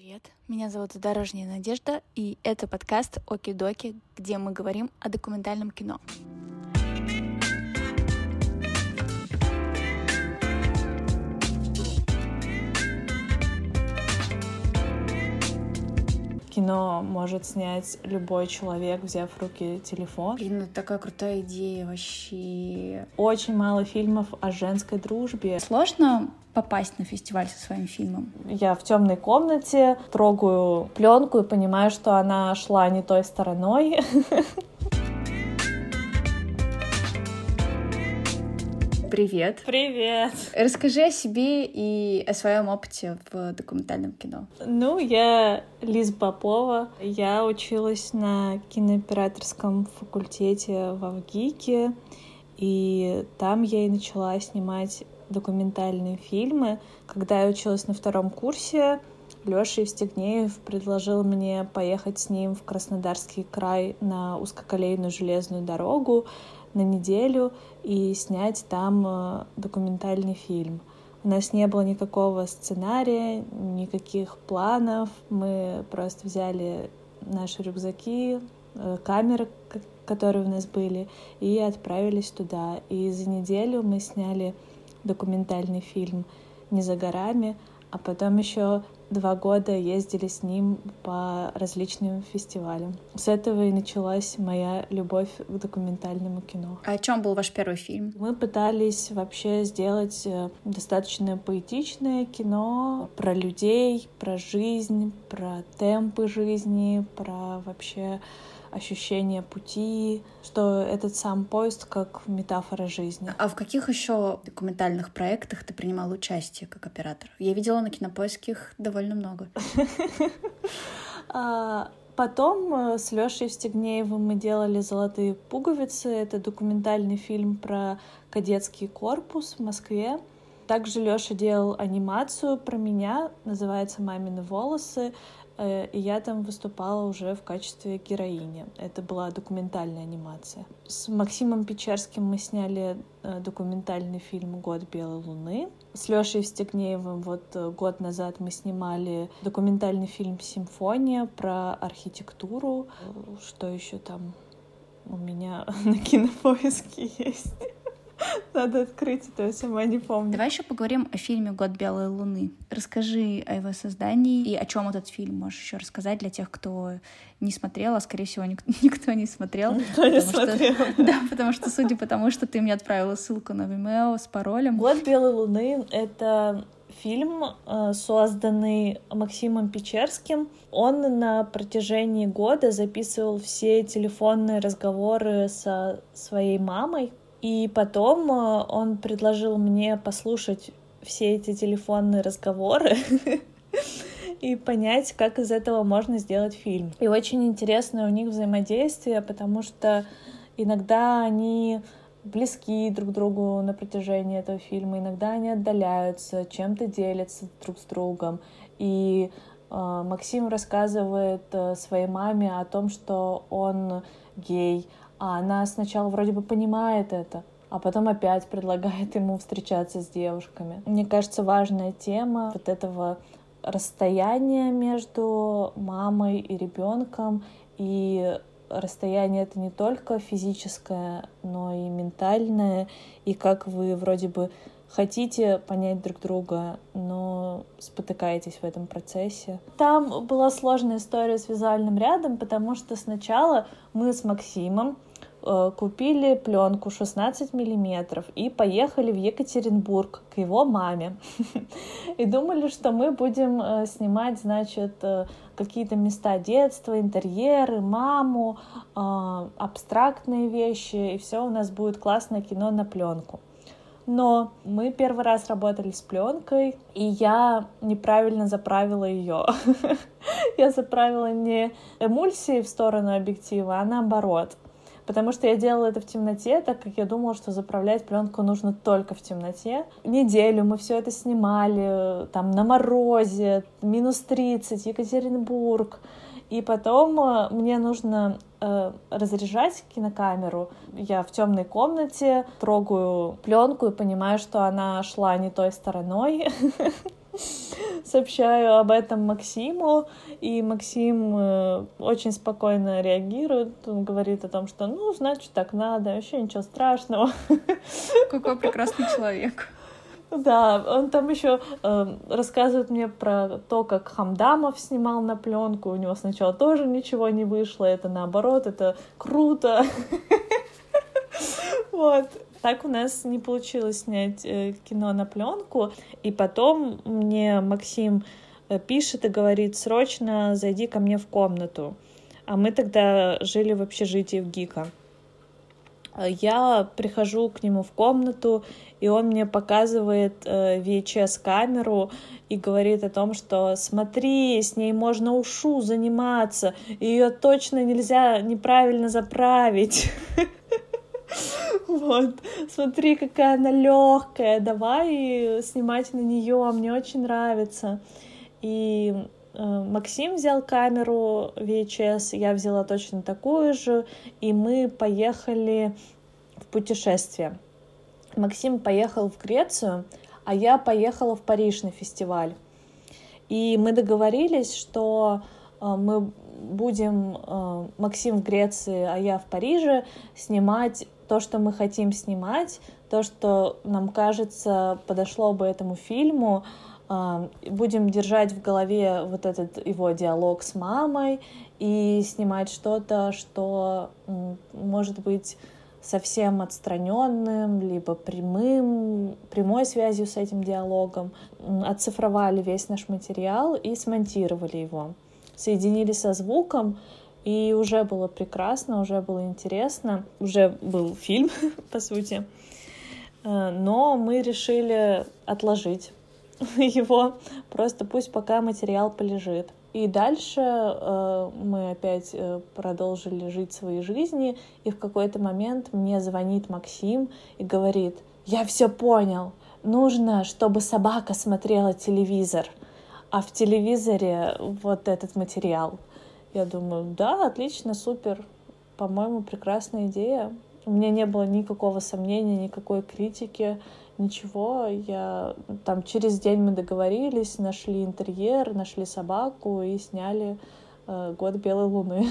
Привет, меня зовут Дорожняя Надежда, и это подкаст «Оки-доки», где мы говорим о документальном кино. Кино может снять любой человек, взяв в руки телефон. Блин, это такая крутая идея вообще. Очень мало фильмов о женской дружбе. Сложно попасть на фестиваль со своим фильмом? Я в темной комнате трогаю пленку и понимаю, что она шла не той стороной. Привет. Привет. Расскажи о себе и о своем опыте в документальном кино. Я Лиза Попова. Я училась на кинооператорском факультете в ВГИКе, и там я и начала снимать документальные фильмы. Когда я училась на 2-м курсе, Лёша Евстигнеев предложил мне поехать с ним в Краснодарский край на узкоколейную железную дорогу на неделю и снять там документальный фильм. У нас не было никакого сценария, никаких планов. Мы просто взяли наши рюкзаки, камеры, которые у нас были, и отправились туда. И за неделю мы сняли документальный фильм «Не за горами», а потом еще 2 года ездили с ним по различным фестивалям. С этого и началась моя любовь к документальному кино. А о чем был ваш первый фильм? Мы пытались вообще сделать достаточно поэтичное кино про людей, про жизнь, про темпы жизни, про вообще ощущение пути, что этот сам поезд как метафора жизни. А в каких еще документальных проектах ты принимала участие как оператор? Я видела на Кинопоиске их довольно много. Потом с Лёшей Евстигнеевым мы делали «Золотые пуговицы». Это документальный фильм про кадетский корпус в Москве. Также Лёша делал анимацию про меня, называется «Мамины волосы», и я там выступала уже в качестве героини. Это была документальная анимация. С Максимом Печерским мы сняли документальный фильм «Год белой луны». С Лёшей Евстигнеевым год назад мы снимали документальный фильм «Симфония» про архитектуру. Что еще там у меня на Кинопоиске есть? Надо открыть, это я сама не помню. Давай еще поговорим о фильме «Год белой луны». Расскажи о его создании и о чем этот фильм. Можешь еще рассказать для тех, кто не смотрел, а скорее всего никто не смотрел. Никто не смотрел. Да, потому что, судя по тому, что ты мне отправила ссылку на Vimeo с паролем. «Год белой луны» — это фильм, созданный Максимом Печерским. Он на протяжении года записывал все телефонные разговоры со своей мамой. И потом он предложил мне послушать все эти телефонные разговоры и понять, как из этого можно сделать фильм. И очень интересное у них взаимодействие, потому что иногда они близки друг к другу на протяжении этого фильма, иногда они отдаляются, чем-то делятся друг с другом. И Максим рассказывает своей маме о том, что он гей, а она сначала вроде бы понимает это, а потом опять предлагает ему встречаться с девушками. Мне кажется, важная тема этого расстояния между мамой и ребенком. И расстояние это не только физическое, но и ментальное. И как вы вроде бы хотите понять друг друга, но спотыкаетесь в этом процессе. Там была сложная история с визуальным рядом, потому что сначала мы с Максимом купили пленку 16 миллиметров и поехали в Екатеринбург к его маме. И думали, что мы будем снимать, какие-то места детства, интерьеры, маму, абстрактные вещи, и все у нас будет классное кино на пленку. Но мы первый раз работали с пленкой, и я неправильно заправила ее. Я заправила не эмульсией в сторону объектива, а наоборот. Потому что я делала это в темноте, так как я думала, что заправлять пленку нужно только в темноте. Неделю мы все это снимали, там на морозе, -30, Екатеринбург. И потом мне нужно разряжать кинокамеру. Я в темной комнате трогаю пленку и понимаю, что она шла не той стороной. сообщаю об этом Максиму, и Максим очень спокойно реагирует, он говорит о том, что, ну, значит, так надо, вообще ничего страшного. Какой прекрасный человек. Да, он там еще рассказывает мне про то, как Хамдамов снимал на пленку. У него сначала тоже ничего не вышло, это наоборот, это круто. Вот. Так у нас не получилось снять кино на пленку. И потом мне Максим пишет и говорит: срочно зайди ко мне в комнату. А мы тогда жили в общежитии в ГИКа. Я прихожу к нему в комнату, и он мне показывает VHS-камеру и говорит о том, что смотри, с ней можно ушу заниматься, ее точно нельзя неправильно заправить. Вот, смотри, какая она легкая, давай снимать на нее, мне очень нравится. И Максим взял камеру VHS, я взяла точно такую же, и мы поехали в путешествие. Максим поехал в Грецию, а я поехала в Париж на фестиваль. И мы договорились, что мы будем, Максим в Греции, а я в Париже, снимать то, что мы хотим снимать, то, что нам кажется подошло бы этому фильму. Будем держать в голове вот этот его диалог с мамой и снимать что-то, что может быть совсем отстраненным, либо прямой связью с этим диалогом. Оцифровали весь наш материал и смонтировали его. Соединили со звуком, и уже было прекрасно, уже было интересно. Уже был фильм, по сути. Но мы решили отложить его, просто пусть пока материал полежит. И дальше мы опять продолжили жить своей жизни, и в какой-то момент мне звонит Максим и говорит: я все понял, нужно, чтобы собака смотрела телевизор, а в телевизоре вот этот материал. Я думаю, да, отлично, супер, по-моему, прекрасная идея. У меня не было никакого сомнения, никакой критики, ничего. Там через день мы договорились, нашли интерьер, нашли собаку и сняли «Год белой луны».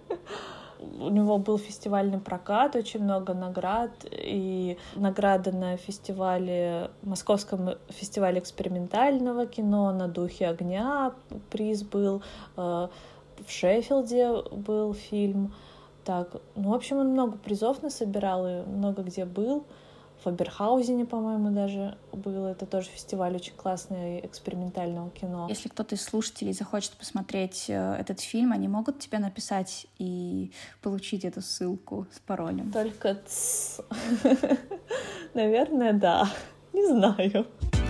У него был фестивальный прокат, очень много наград, и награда на фестивале, Московском фестивале экспериментального кино, на «Духе огня» приз был, в Шеффилде был фильм. Так, ну, в общем, он много призов насобирал и много где был. В Оберхаузене, по-моему, даже был. Это тоже фестиваль очень классный экспериментального кино. Если кто-то из слушателей захочет посмотреть этот фильм, они могут тебе написать и получить эту ссылку с паролем? Только наверное, да. Не знаю.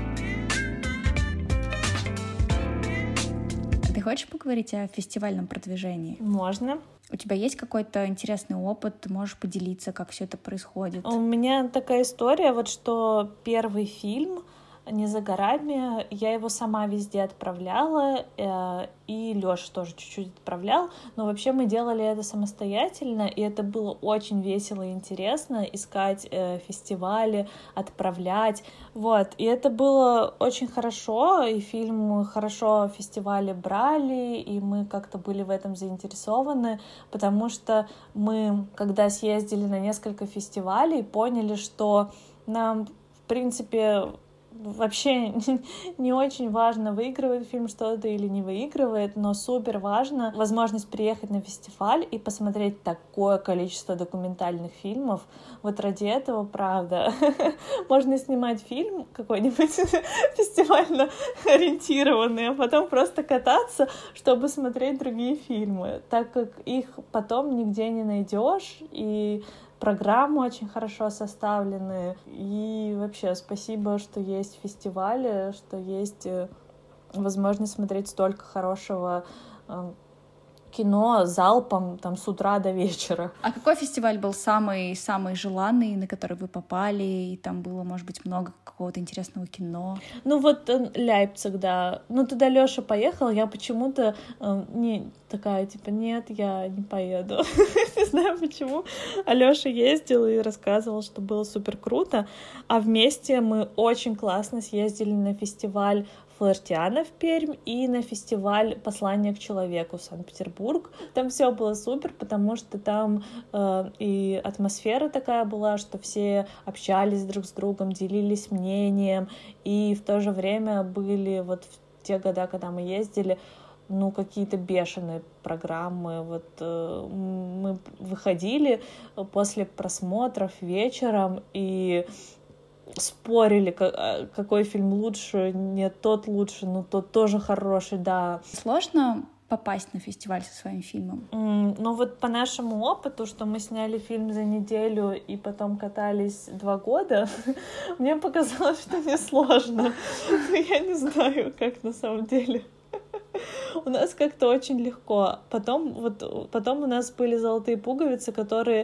Ты хочешь поговорить о фестивальном продвижении? Можно. У тебя есть какой-то интересный опыт? Ты можешь поделиться, как все это происходит? У меня такая история, вот что первый фильм «Не за горами», я его сама везде отправляла, и Лёша тоже чуть-чуть отправлял, но вообще мы делали это самостоятельно, и это было очень весело и интересно, искать фестивали, отправлять, вот, и это было очень хорошо, и фильм хорошо фестивали брали, и мы как-то были в этом заинтересованы, потому что мы, когда съездили на несколько фестивалей, поняли, что нам, в принципе, вообще не очень важно, выигрывает фильм что-то или не выигрывает, но супер важно возможность приехать на фестиваль и посмотреть такое количество документальных фильмов. Вот ради этого, правда, можно снимать фильм какой-нибудь фестивально ориентированный, а потом просто кататься, чтобы смотреть другие фильмы, так как их потом нигде не найдешь, и программы очень хорошо составлены. И вообще спасибо, что есть фестивали, что есть возможность смотреть столько хорошего кино залпом там с утра до вечера. А какой фестиваль был самый желанный, на который вы попали, и там было, может быть, много какого-то интересного кино? Ну вот Лейпциг, да. Ну туда Лёша поехал, я почему-то не такая, типа, нет, я не поеду. Не знаю почему. А Лёша ездил и рассказывал, что было супер круто. А вместе мы очень классно съездили на фестиваль Флаертиана в Пермь и на фестиваль «Послание к человеку» в Санкт-Петербург. Там все было супер, потому что там и атмосфера такая была, что все общались друг с другом, делились мнением, и в то же время были вот в те года, когда мы ездили, ну, какие-то бешеные программы. Вот мы выходили после просмотров вечером и спорили, какой фильм лучше, нет, тот лучше, но тот тоже хороший, да. Сложно попасть на фестиваль со своим фильмом? Ну вот по нашему опыту, что мы сняли фильм за неделю и потом катались 2 года, мне показалось, что не сложно. Я не знаю, как на самом деле. У нас как-то очень легко. Потом у нас были «Золотые пуговицы», которые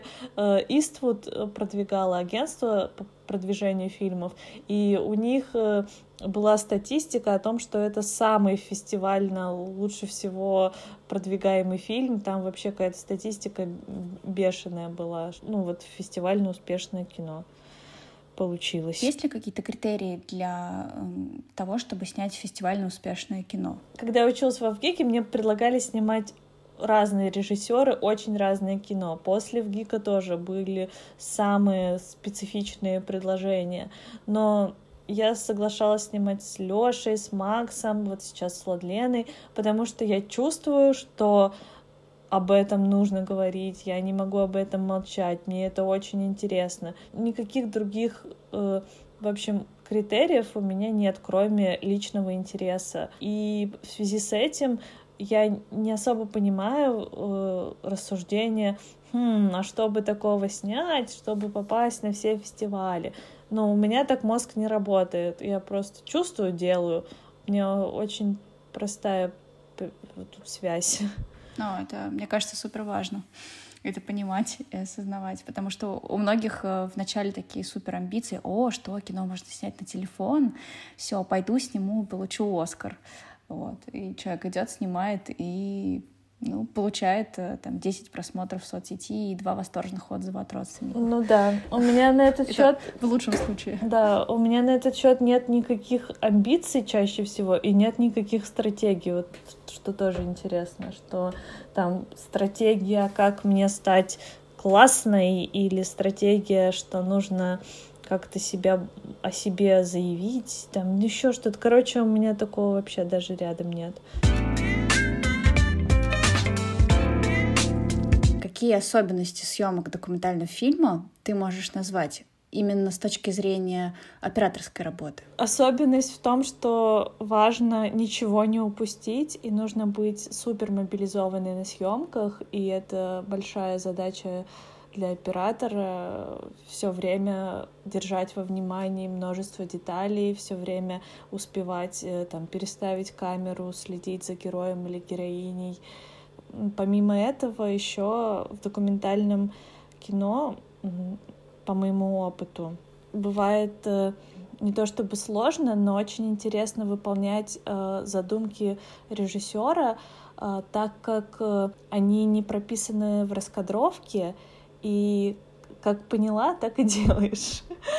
Иствуд продвигало, агентство по продвижению фильмов, и у них была статистика о том, что это самый фестивально лучше всего продвигаемый фильм. Там вообще какая-то статистика бешеная была. Ну вот фестивально успешное кино получилось. Есть ли какие-то критерии для того, чтобы снять фестивально успешное кино? Когда я училась в ВГИКе, мне предлагали снимать разные режиссеры, очень разное кино. После ВГИКа тоже были самые специфичные предложения. Но я соглашалась снимать с Лёшей, с Максом, вот сейчас с Владленой, потому что я чувствую, что об этом нужно говорить, я не могу об этом молчать, мне это очень интересно. Никаких других, в общем, критериев у меня нет, кроме личного интереса. И в связи с этим я не особо понимаю рассуждения, а что бы такого снять, чтобы попасть на все фестивали. Но у меня так мозг не работает, я просто чувствую, делаю. У меня очень простая тут связь. Ну, это, мне кажется, супер важно это понимать и осознавать, потому что у многих вначале такие супер амбиции: о, что, кино можно снять на телефон, все, пойду сниму, получу Оскар. Вот. И человек идет, снимает и получает там 10 просмотров в соцсети и 2 восторженных отзыва от родственников. Ну да, у меня на этот счет в лучшем случае. Да, у меня на этот счет нет никаких амбиций чаще всего и нет никаких стратегий. Вот что тоже интересно, что там стратегия, как мне стать классной, или стратегия, что нужно как-то о себе заявить, там еще что-то. Короче, у меня такого вообще даже рядом нет. Какие особенности съемок документального фильма ты можешь назвать именно с точки зрения операторской работы? Особенность в том, что важно ничего не упустить, и нужно быть супер мобилизованной на съемках, и это большая задача для оператора — все время держать во внимании множество деталей, все время успевать там переставить камеру, следить за героем или героиней. Помимо этого, еще в документальном кино, по моему опыту, бывает не то чтобы сложно, но очень интересно выполнять задумки режиссера, так как они не прописаны в раскадровке, и как поняла, так и делаешь.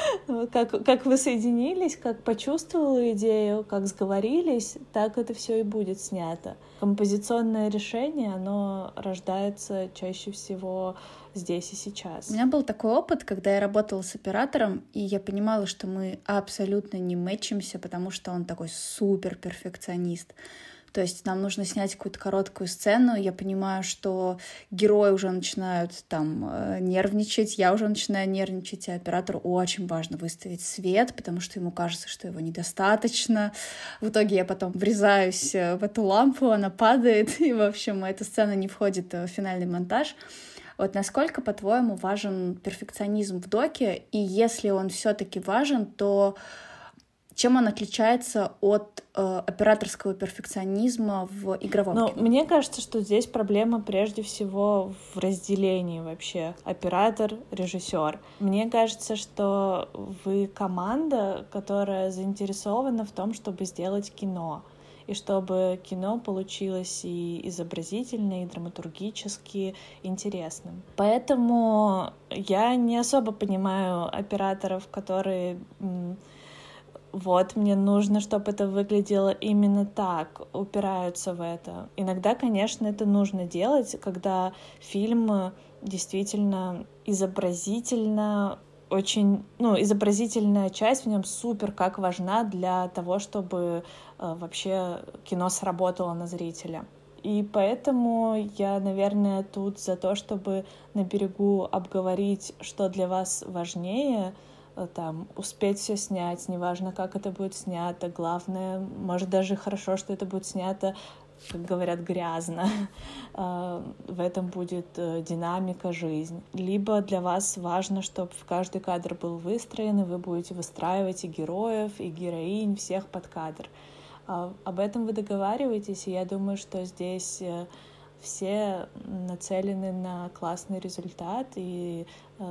Как вы соединились, как почувствовала идею, как сговорились, так это все и будет снято. Композиционное решение, оно рождается чаще всего здесь и сейчас. У меня был такой опыт, когда я работала с оператором, и я понимала, что мы абсолютно не мэчимся, потому что он такой супер перфекционист. То есть нам нужно снять какую-то короткую сцену, я понимаю, что герои уже начинают там нервничать, я уже начинаю нервничать, а оператору очень важно выставить свет, потому что ему кажется, что его недостаточно. В итоге я потом врезаюсь в эту лампу, она падает, и, в общем, эта сцена не входит в финальный монтаж. Вот насколько, по-твоему, важен перфекционизм в доке, и если он все-таки важен, то чем он отличается от операторского перфекционизма в игровом кино? Мне кажется, что здесь проблема прежде всего в разделении вообще оператор, режиссер. Мне кажется, что вы команда, которая заинтересована в том, чтобы сделать кино, и чтобы кино получилось и изобразительно, и драматургически интересным. Поэтому я не особо понимаю операторов, которые вот мне нужно, чтобы это выглядело именно так, упираются в это. Иногда, конечно, это нужно делать, когда фильм действительно изобразительно очень, изобразительная часть в нем супер как важна для того, чтобы вообще кино сработало на зрителя. И поэтому я, наверное, тут за то, чтобы на берегу обговорить, что для вас важнее, там, успеть все снять, неважно, как это будет снято, главное, может, даже хорошо, что это будет снято, как говорят, грязно, в этом будет динамика, жизнь. Либо для вас важно, чтобы каждый кадр был выстроен, и вы будете выстраивать и героев, и героинь, всех под кадр. Об этом вы договариваетесь, и я думаю, что здесь все нацелены на классный результат и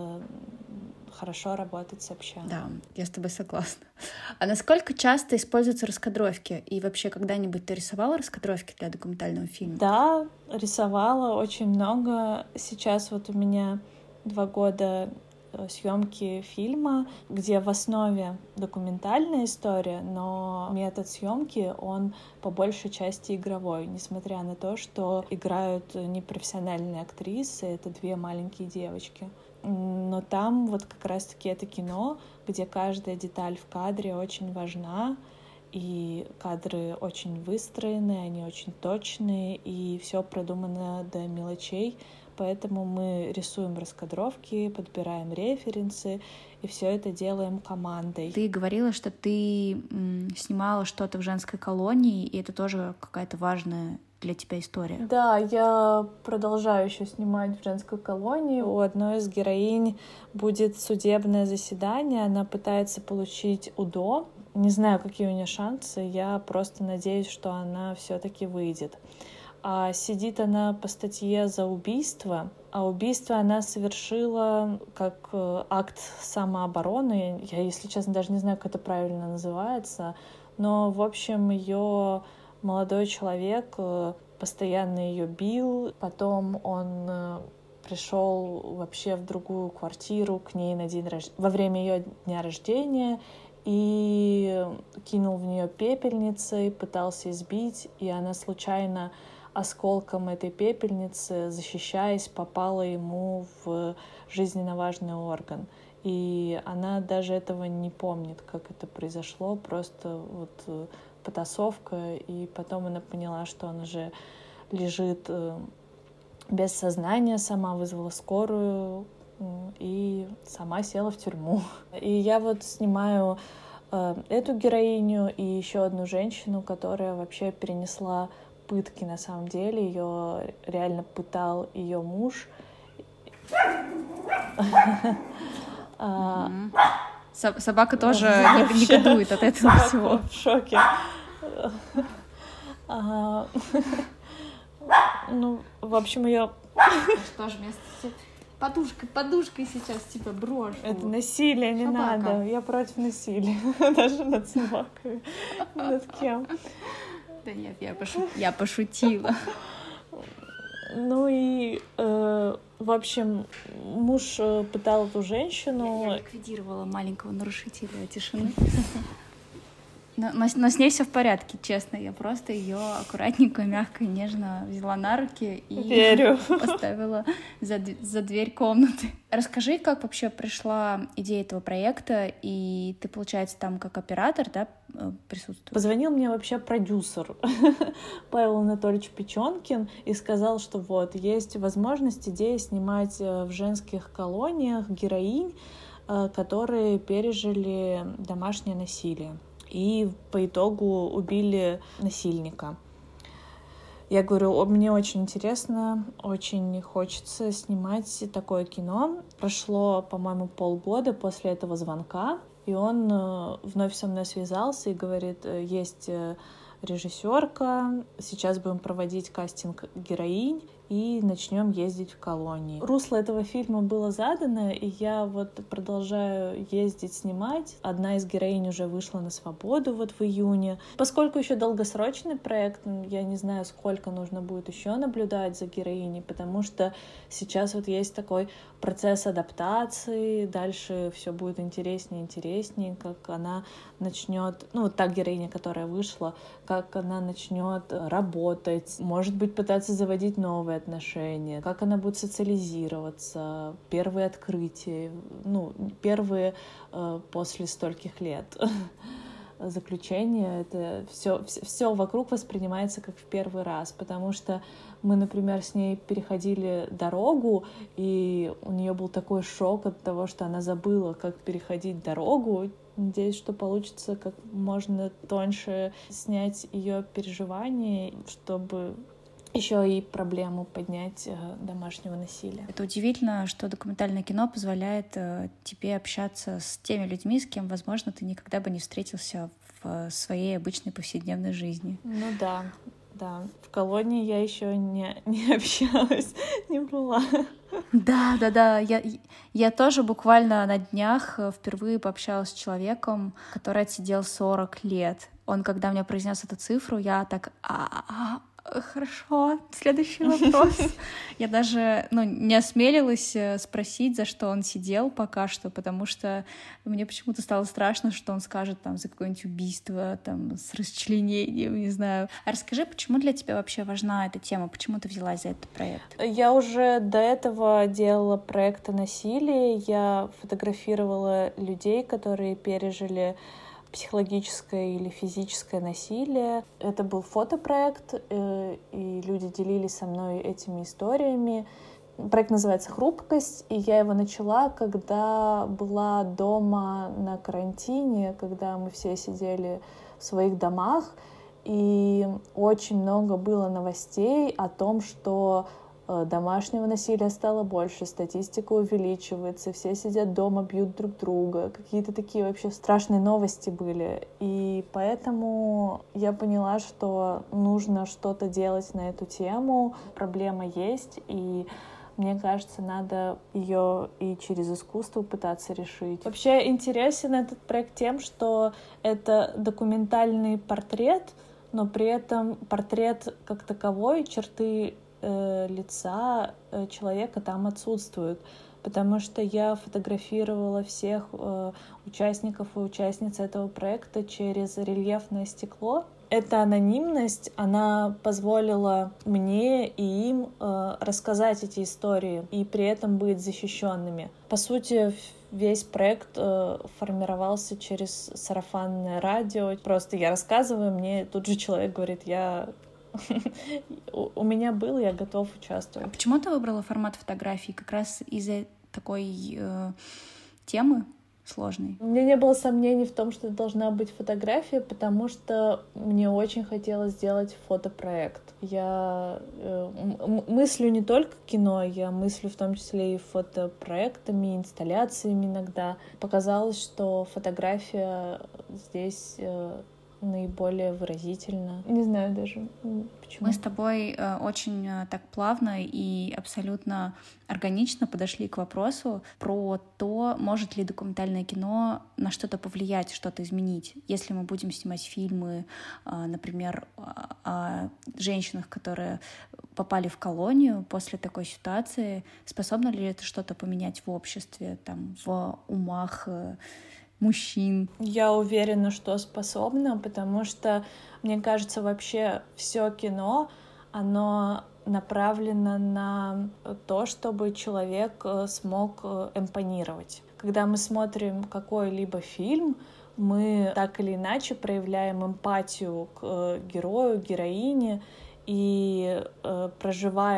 хорошо работать сообща. Да, я с тобой согласна. А насколько часто используются раскадровки? И вообще, когда-нибудь ты рисовала раскадровки для документального фильма? Да, рисовала очень много. Сейчас вот у меня 2 года съемки фильма, где в основе документальная история, но метод съемки, он по большей части игровой, несмотря на то, что играют непрофессиональные актрисы, это 2 маленькие девочки. Но там вот как раз-таки это кино, где каждая деталь в кадре очень важна, и кадры очень выстроены, они очень точные, и все продумано до мелочей. Поэтому мы рисуем раскадровки, подбираем референсы, и все это делаем командой. Ты говорила, что ты снимала что-то в женской колонии, и это тоже какая-то важная для тебя история. Да, я продолжаю еще снимать в женской колонии. У одной из героинь будет судебное заседание, она пытается получить УДО. Не знаю, какие у нее шансы, я просто надеюсь, что она все-таки выйдет. А сидит она по статье за убийство, а убийство она совершила как акт самообороны. Я, если честно, даже не знаю, как это правильно называется, но, в общем, ее молодой человек постоянно ее бил, потом он пришел вообще в другую квартиру к ней на во время ее дня рождения и кинул в нее пепельницей, пытался избить, и она случайно осколком этой пепельницы, защищаясь, попала ему в жизненно важный орган. И она даже этого не помнит, как это произошло, просто вот потасовка, и потом она поняла, что он уже лежит без сознания, сама вызвала скорую и сама села в тюрьму. И я вот снимаю эту героиню и еще одну женщину, которая вообще перенесла пытки на самом деле. Ее реально пытал ее муж. Собака тоже негодует от этого всего. В шоке. Ну, в общем, ее... Что ж, вместо подушкой сейчас тебя брошу. Это насилие, не надо. Я против насилия. Даже над собакой. Над кем? Да нет, я пошутила. Ну и, в общем, муж пытал эту женщину. Я ликвидировала маленького нарушителя тишины. Но с ней все в порядке, честно. Я просто ее аккуратненько, мягко, нежно взяла на руки и поставила за дверь комнаты. Расскажи, как вообще пришла идея этого проекта, и ты, получается, там как оператор, да, присутствуешь? Позвонил мне вообще продюсер Павел Анатольевич Печенкин и сказал, что вот, есть возможность, идея снимать в женских колониях героинь, которые пережили домашнее насилие и по итогу убили насильника. Я говорю, мне очень интересно, очень хочется снимать такое кино. Прошло, по-моему, полгода после этого звонка, и он вновь со мной связался и говорит, есть режиссерка. Сейчас будем проводить кастинг героинь и начнем ездить в колонии. Русло этого фильма было задано, и я вот продолжаю ездить, снимать. Одна из героинь уже вышла на свободу вот в июне. Поскольку еще долгосрочный проект, я не знаю, сколько нужно будет еще наблюдать за героиней, потому что сейчас вот есть такой процесс адаптации, дальше все будет интереснее и интереснее, как она начнет, ну вот та героиня, которая вышла, как она начнет работать, может быть, пытаться заводить новые отношения, как она будет социализироваться, первые открытия, ну, первые после стольких лет. Заключение, это все вокруг воспринимается как в первый раз, потому что мы, например, с ней переходили дорогу, и у нее был такой шок от того, что она забыла, как переходить дорогу. Надеюсь, что получится как можно тоньше снять ее переживания, чтобы еще и проблему поднять домашнего насилия. Это удивительно, что документальное кино позволяет тебе общаться с теми людьми, с кем, возможно, ты никогда бы не встретился в своей обычной повседневной жизни. Ну да. В колонии я еще не общалась, не была. Да. Я тоже буквально на днях впервые пообщалась с человеком, который отсидел 40 лет. Он, когда мне произнес эту цифру, я так... Хорошо, следующий вопрос. Я даже не осмелилась спросить, за что он сидел пока что, потому что мне почему-то стало страшно, что он скажет там за какое-нибудь убийство, там, с расчленением, не знаю. А расскажи, почему для тебя вообще важна эта тема? Почему ты взялась за этот проект? Я уже до этого делала проекты насилия. Я фотографировала людей, которые пережили психологическое или физическое насилие. Это был фотопроект, и люди делились со мной этими историями. Проект называется «Хрупкость», и я его начала, когда была дома на карантине, когда мы все сидели в своих домах, и очень много было новостей о том, что домашнего насилия стало больше, статистика увеличивается, все сидят дома, бьют друг друга. Какие-то такие вообще страшные новости были. И поэтому я поняла, что нужно что-то делать на эту тему. Проблема есть, и мне кажется, надо ее и через искусство пытаться решить. Вообще интересен этот проект тем, что это документальный портрет, но при этом портрет как таковой, черты лица человека там отсутствуют, потому что я фотографировала всех участников и участниц этого проекта через рельефное стекло. Эта анонимность, она позволила мне и им рассказать эти истории и при этом быть защищенными. По сути, весь проект формировался через сарафанное радио. Просто я рассказываю, мне тут же человек говорит, у меня был, я готов участвовать. А почему ты выбрала формат фотографии? Как раз из-за такой темы сложной? У меня не было сомнений в том, что это должна быть фотография, потому что мне очень хотелось сделать фотопроект. Я мыслю не только кино, я мыслю в том числе и фотопроектами, инсталляциями иногда. Показалось, что фотография здесь наиболее выразительно. Не знаю даже, почему. Мы с тобой очень так плавно и абсолютно органично подошли к вопросу про то, может ли документальное кино на что-то повлиять, что-то изменить. Если мы будем снимать фильмы, например, о женщинах, которые попали в колонию после такой ситуации, способно ли это что-то поменять в обществе, там, в умах мужчин? Я уверена, что способна, потому что, мне кажется, вообще все кино, оно направлено на то, чтобы человек смог эмпанировать. Когда мы смотрим какой-либо фильм, мы так или иначе проявляем эмпатию к герою, героине и проживаем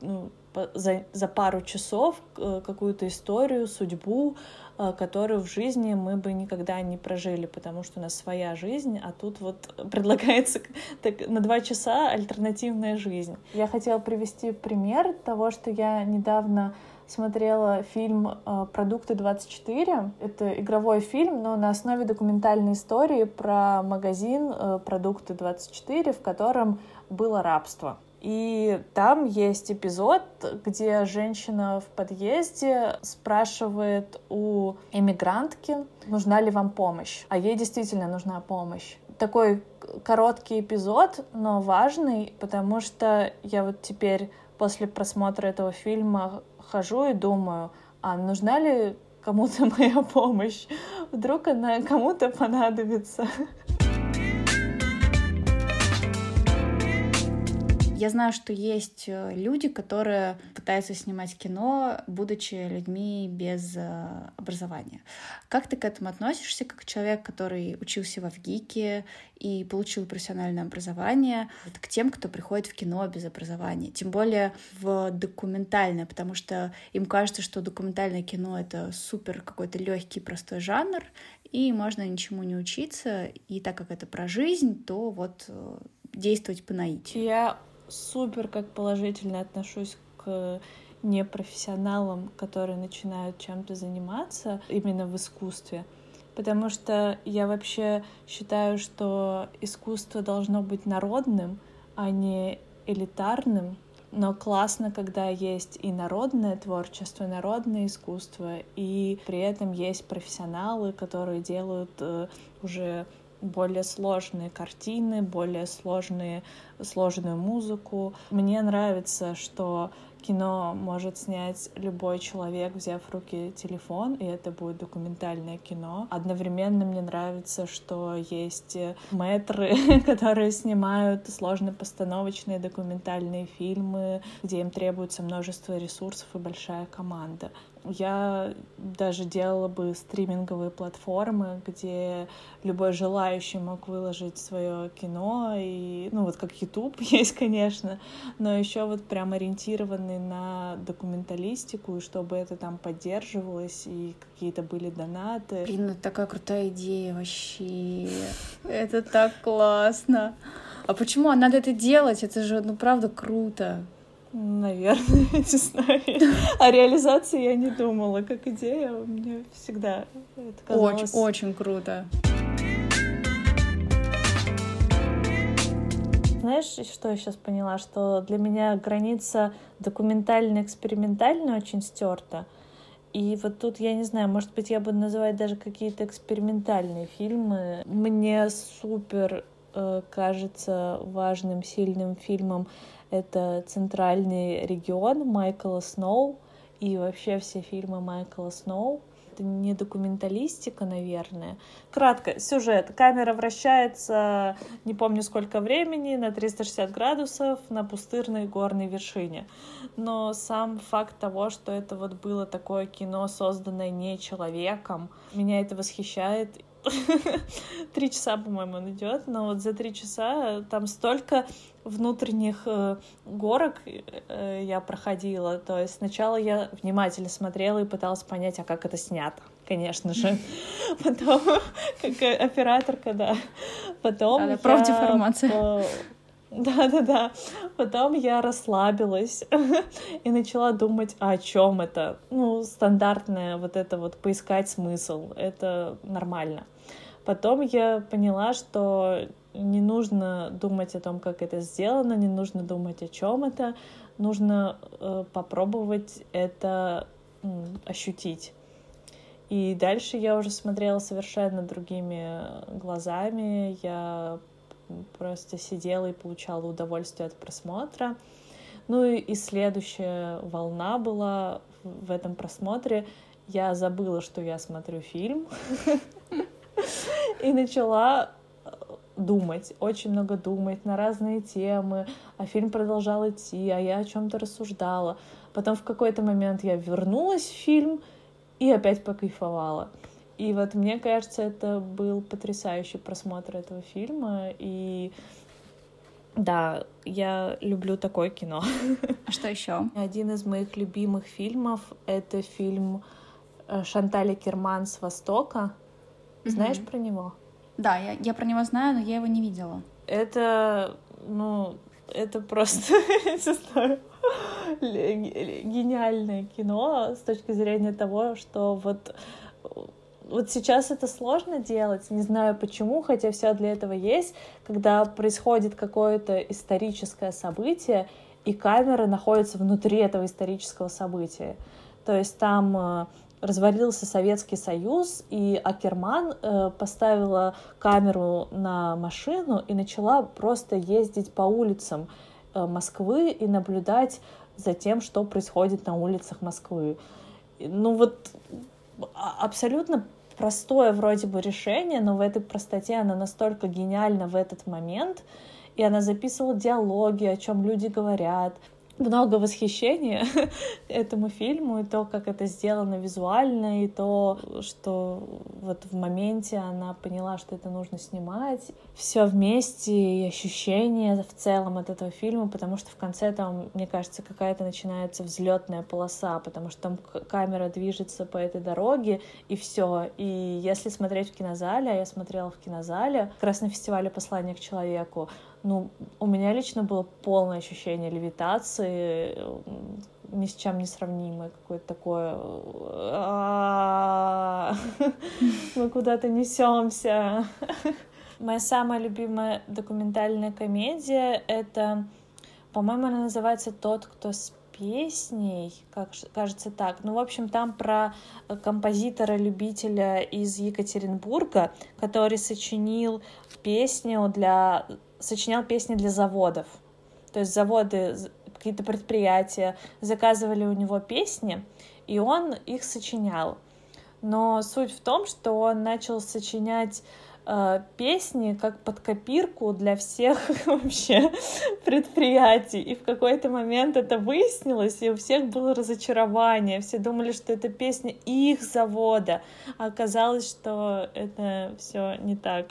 за пару часов какую-то историю, судьбу, которую в жизни мы бы никогда не прожили, потому что у нас своя жизнь, а тут вот предлагается на 2 часа альтернативная жизнь. Я хотела привести пример того, что я недавно смотрела фильм «Продукты 24». Это игровой фильм, но на основе документальной истории про магазин «Продукты 24», в котором было рабство. И там есть эпизод, где женщина в подъезде спрашивает у эмигрантки, нужна ли вам помощь. А ей действительно нужна помощь. Такой короткий эпизод, но важный, потому что я вот теперь после просмотра этого фильма хожу и думаю, а нужна ли кому-то моя помощь? Вдруг она кому-то понадобится. Я знаю, что есть люди, которые пытаются снимать кино, будучи людьми без образования. Как ты к этому относишься, как человек, который учился в ВГИКе и получил профессиональное образование, к тем, кто приходит в кино без образования, тем более в документальное, потому что им кажется, что документальное кино — это супер какой-то легкий, простой жанр, и можно ничему не учиться, и так как это про жизнь, то вот действовать по наитию. Я супер как положительно отношусь к непрофессионалам, которые начинают чем-то заниматься именно в искусстве, потому что я вообще считаю, что искусство должно быть народным, а не элитарным, но классно, когда есть и народное творчество, народное искусство, и при этом есть профессионалы, которые делают уже более сложные картины, более сложную музыку. Мне нравится, что кино может снять любой человек, взяв в руки телефон, и это будет документальное кино. Одновременно мне нравится, что есть мэтры, которые снимают сложно-постановочные документальные фильмы, где им требуется множество ресурсов и большая команда. Я даже делала бы стриминговые платформы, где любой желающий мог выложить свое кино, и, вот как YouTube есть, конечно, но еще вот прям ориентированный на документалистику, и чтобы это там поддерживалось, и какие-то были донаты. Блин, это такая крутая идея вообще. Это так классно. А почему надо это делать? Это же, правда, круто. Наверное, не знаю. О реализации я не думала как идея. Мне всегда это казалось... Очень круто. Знаешь, что я сейчас поняла? Что для меня граница документально-экспериментальная очень стерта. И вот тут, я не знаю, может быть, я буду называть даже какие-то экспериментальные фильмы. Мне супер кажется важным, сильным фильмом это «Центральный регион» Майкла Сноу и вообще все фильмы Майкла Сноу. Это не документалистика, наверное. Кратко, сюжет. Камера вращается, не помню сколько времени, на 360 градусов на пустырной горной вершине. Но сам факт того, что это вот было такое кино, созданное не человеком, меня это восхищает. 3 часа, по-моему, он идет, но вот за 3 часа там столько внутренних горок я проходила. То есть сначала я внимательно смотрела и пыталась понять, а как это снято, конечно же. Потом, как операторка, да. Потом профдеформация. Да. Потом я расслабилась и начала думать, о чем это. Стандартное вот это вот поискать смысл. Это нормально. Потом я поняла, что не нужно думать о том, как это сделано, не нужно думать, о чем это. Нужно попробовать это ощутить. И дальше я уже смотрела совершенно другими глазами. Я просто сидела и получала удовольствие от просмотра. И следующая волна была в этом просмотре. Я забыла, что я смотрю фильм, и начала думать, очень много думать на разные темы, а фильм продолжал идти, а я о чем-то рассуждала. Потом в какой-то момент я вернулась в фильм и опять покайфовала. И вот мне кажется, это был потрясающий просмотр этого фильма, и Да, я люблю такое кино. А что еще? Один из моих любимых фильмов — это фильм Шантали Керман «С Востока». Знаешь про него? Да, я про него знаю, но я его не видела. Это просто, не знаю, гениальное кино с точки зрения того, что вот сейчас это сложно делать, не знаю почему, хотя все для этого есть, когда происходит какое-то историческое событие, и камера находится внутри этого исторического события. То есть там развалился Советский Союз, и Акерман поставила камеру на машину и начала просто ездить по улицам Москвы и наблюдать за тем, что происходит на улицах Москвы. Ну вот абсолютно простое вроде бы решение, но в этой простоте она настолько гениальна в этот момент, и она записывала диалоги, о чем люди говорят. Много восхищения этому фильму, и то, как это сделано визуально, и то, что вот в моменте она поняла, что это нужно снимать. Все вместе, и ощущения в целом от этого фильма, потому что в конце там, мне кажется, какая-то начинается взлетная полоса, потому что там камера движется по этой дороге, и все. И если смотреть в кинозале, а я смотрела в кинозале, как раз на фестивале «Послание к человеку», ну, у меня лично было полное ощущение левитации, ни с чем не сравнимое, какое-то такое... Мы куда-то несемся. Моя самая любимая документальная комедия — это, по-моему, она называется «Тот, кто с песней», кажется так. Ну, в общем, там про композитора-любителя из Екатеринбурга, который сочинял песни для заводов. То есть заводы, какие-то предприятия заказывали у него песни, и он их сочинял. Но суть в том, что он начал сочинять песни как под копирку для всех вообще предприятий. И в какой-то момент это выяснилось, и у всех было разочарование. Все думали, что это песня их завода. А оказалось, что это все не так.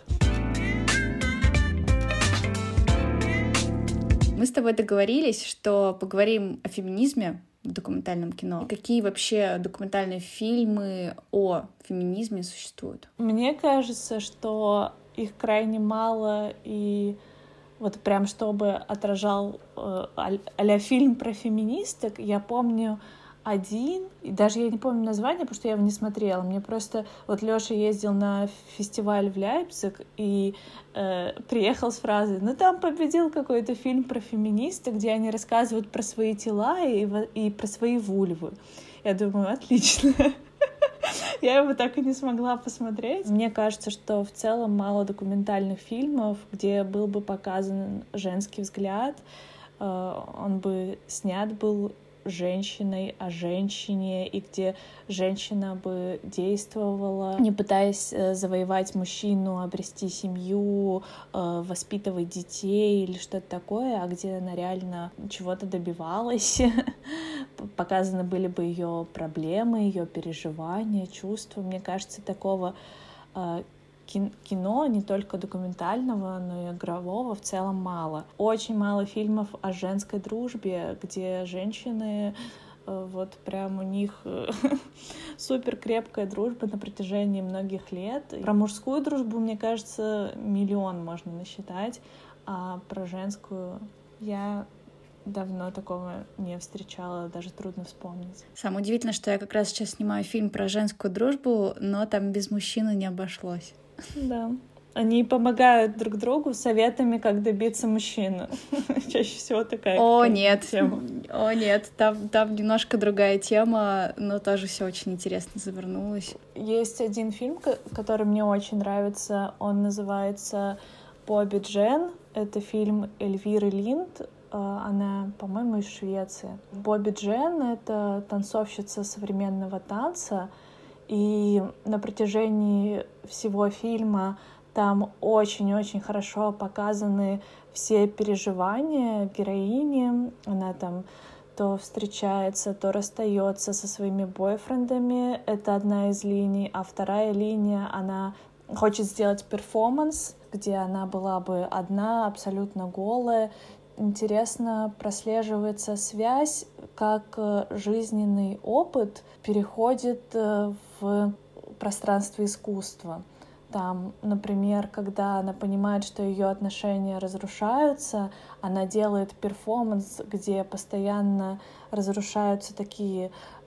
Мы с тобой договорились, что поговорим о феминизме в документальном кино. Какие вообще документальные фильмы о феминизме существуют? Мне кажется, что их крайне мало, и вот прям чтобы отражал а-ля фильм про феминисток, я помню один, и даже я не помню название, потому что я его не смотрела. Мне просто... Вот Лёша ездил на фестиваль в Лейпциг и приехал с фразой: ну там победил какой-то фильм про феминисток, где они рассказывают про свои тела и про свои вульвы. Я думаю, отлично. Я его так и не смогла посмотреть. Мне кажется, что в целом мало документальных фильмов, где был бы показан женский взгляд. Он бы снят был женщиной о женщине, и где женщина бы действовала, не пытаясь завоевать мужчину, обрести семью, воспитывать детей или что-то такое, а где она реально чего-то добивалась. Показаны были бы ее проблемы, ее переживания, чувства. Мне кажется, такого кино, не только документального, но и игрового, в целом мало. Очень мало фильмов о женской дружбе, где женщины, вот прям у них супер крепкая дружба на протяжении многих лет. Про мужскую дружбу, мне кажется, миллион можно насчитать, а про женскую я давно такого не встречала, даже трудно вспомнить. Самое удивительное, что я как раз сейчас снимаю фильм про женскую дружбу, но там без мужчины не обошлось. Да. Они помогают друг другу советами, как добиться мужчины. Чаще всего такая тема. О, нет, там немножко другая тема, но тоже все очень интересно завернулось. Есть один фильм, который мне очень нравится. Он называется «Бобби Джен». Это фильм Эльвиры Линд. Она, по-моему, из Швеции. Бобби Джен — это танцовщица современного танца, и на протяжении всего фильма там очень-очень хорошо показаны все переживания героини. Она там то встречается, то расстается со своими бойфрендами. Это одна из линий. А вторая линия, она хочет сделать перформанс, где она была бы одна, абсолютно голая. Интересно прослеживается связь, как жизненный опыт переходит в пространство искусства. Там, например, когда она понимает, что ее отношения разрушаются, она делает перформанс, где постоянно разрушаются такие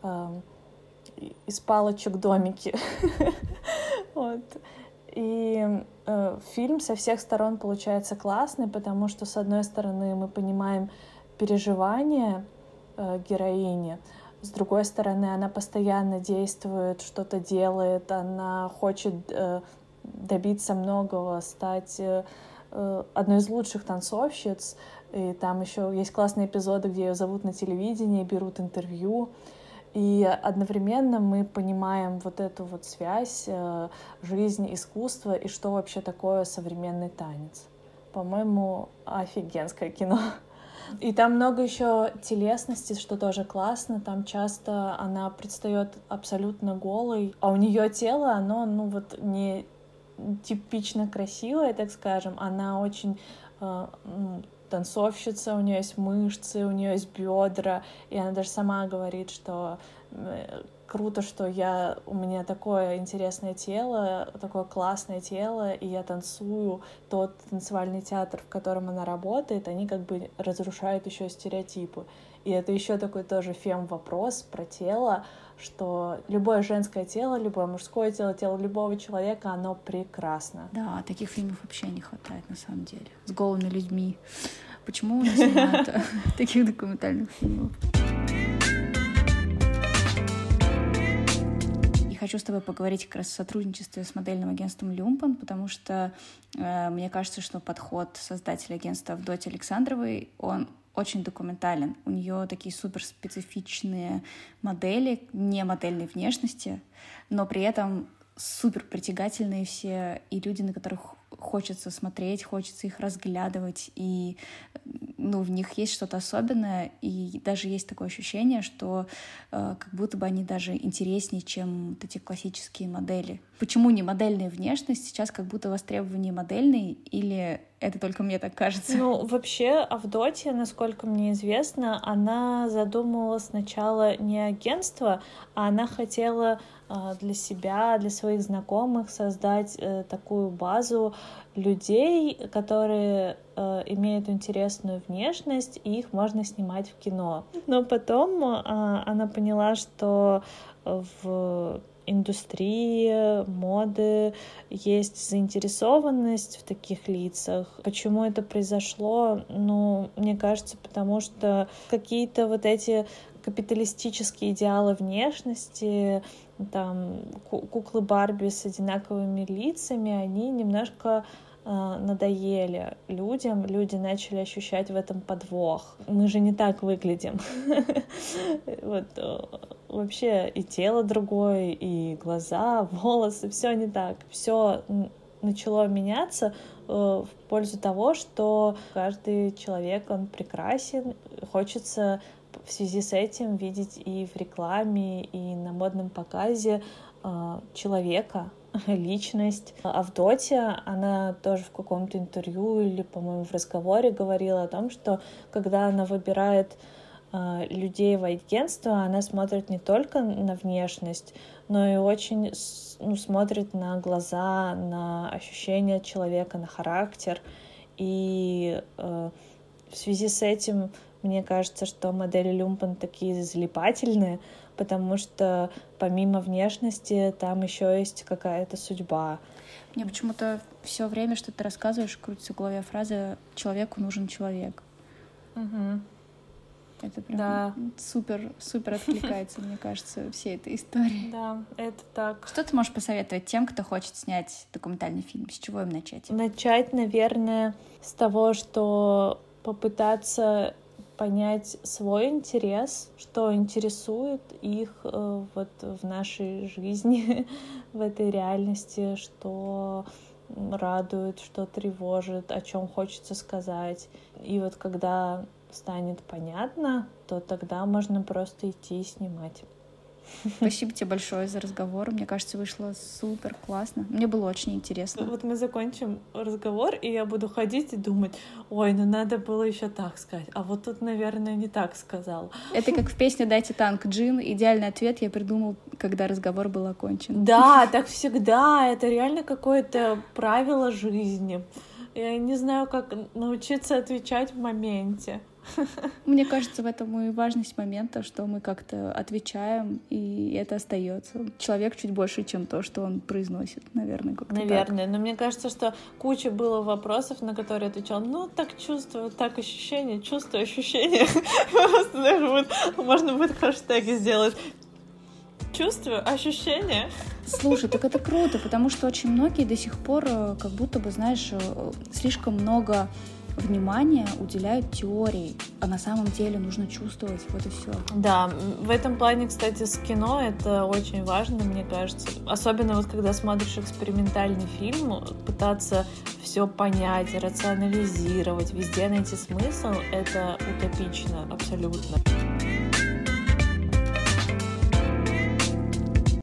из палочек домики. Вот. И фильм со всех сторон получается классный, потому что, с одной стороны, мы понимаем переживания героини, с другой стороны, она постоянно действует, что-то делает, она хочет добиться многого, стать одной из лучших танцовщиц. И там еще есть классные эпизоды, где ее зовут на телевидении, берут интервью. И одновременно мы понимаем вот эту вот связь жизни, искусства и что вообще такое современный танец. По-моему, офигенское кино. И там много еще телесности, что тоже классно. Там часто она предстает абсолютно голой, а у нее тело, оно, ну вот, не типично красивое, так скажем. Она очень танцовщица, у нее есть мышцы, у нее есть бедра, и она даже сама говорит, что круто, что у меня такое интересное тело, такое классное тело, и я танцую. Тот танцевальный театр, в котором она работает, они как бы разрушают еще стереотипы. И это еще такой тоже фем-вопрос про тело, что любое женское тело, любое мужское тело, тело любого человека, оно прекрасно. Да, таких фильмов вообще не хватает на самом деле. С голыми людьми. Почему не снимают таких документальных фильмов? И хочу с тобой поговорить как раз о сотрудничестве с модельным агентством Люмпен, потому что мне кажется, что подход создателя агентства Авдотьи Александровой, он очень документален. У нее такие суперспецифичные модели, не модельной внешности, но при этом супер притягательные все, и люди, на которых хочется смотреть, хочется их разглядывать, и в них есть что-то особенное, и даже есть такое ощущение, что как будто бы они даже интереснее, чем вот эти классические модели. Почему не модельная внешность сейчас как будто востребованнее модельной, или это только мне так кажется? Вообще, Авдотья, насколько мне известно, она задумывала сначала не агентство, а она хотела для себя, для своих знакомых создать такую базу людей, которые имеют интересную внешность, и их можно снимать в кино. Но потом она поняла, что в индустрии моды есть заинтересованность в таких лицах. Почему это произошло? Мне кажется, потому что какие-то вот эти капиталистические идеалы внешности, там, куклы Барби с одинаковыми лицами, они немножко надоели людям, люди начали ощущать в этом подвох. Мы же не так выглядим. Вообще и тело другое, и глаза, волосы, все не так. Все начало меняться в пользу того, что каждый человек, он прекрасен, хочется в связи с этим видеть и в рекламе, и на модном показе человека, личность. Авдотья, она тоже в каком-то интервью или, по-моему, в разговоре говорила о том, что когда она выбирает людей в агентство, она смотрит не только на внешность, но и очень смотрит на глаза, на ощущения человека, на характер. И в связи с этим мне кажется, что модели Люмпен такие залипательные, потому что помимо внешности там еще есть какая-то судьба. Мне почему-то все время, что ты рассказываешь, крутится в голове фраза «человеку нужен человек». Угу. Это прям супер откликается, мне кажется, всей этой истории. Да, это так. Что ты можешь посоветовать тем, кто хочет снять документальный фильм? С чего им начать? Начать, наверное, с того, что попытаться понять свой интерес, что интересует их вот в нашей жизни, в этой реальности, что радует, что тревожит, о чем хочется сказать. И вот когда станет понятно, то тогда можно просто идти и снимать. Спасибо тебе большое за разговор. Мне кажется, вышло супер классно. Мне было очень интересно. Вот мы закончим разговор, и я буду ходить и думать, ой, ну надо было еще так сказать, а вот тут, наверное, не так сказал. Это как в песне «Дайте танк, Джин». Идеальный ответ я придумал, когда разговор был окончен. Да, так всегда. Это реально какое-то правило жизни. Я не знаю, как научиться отвечать в моменте. Мне кажется, в этом и важность момента, что мы как-то отвечаем, и это остается. Человек чуть больше, чем то, что он произносит, наверное, как-то Наверное, так. но мне кажется, что куча было вопросов, на которые отвечал, ну, так чувствую, так ощущение, чувствую ощущение. Просто даже можно будет хэштеги сделать. Чувствую ощущение. Слушай, так это круто, потому что очень многие до сих пор как будто бы, знаешь, слишком много внимания уделяют теории, а на самом деле нужно чувствовать, вот и все. Да, в этом плане, кстати, с кино это очень важно, мне кажется. Особенно вот когда смотришь экспериментальный фильм, пытаться все понять, рационализировать, везде найти смысл, это утопично абсолютно.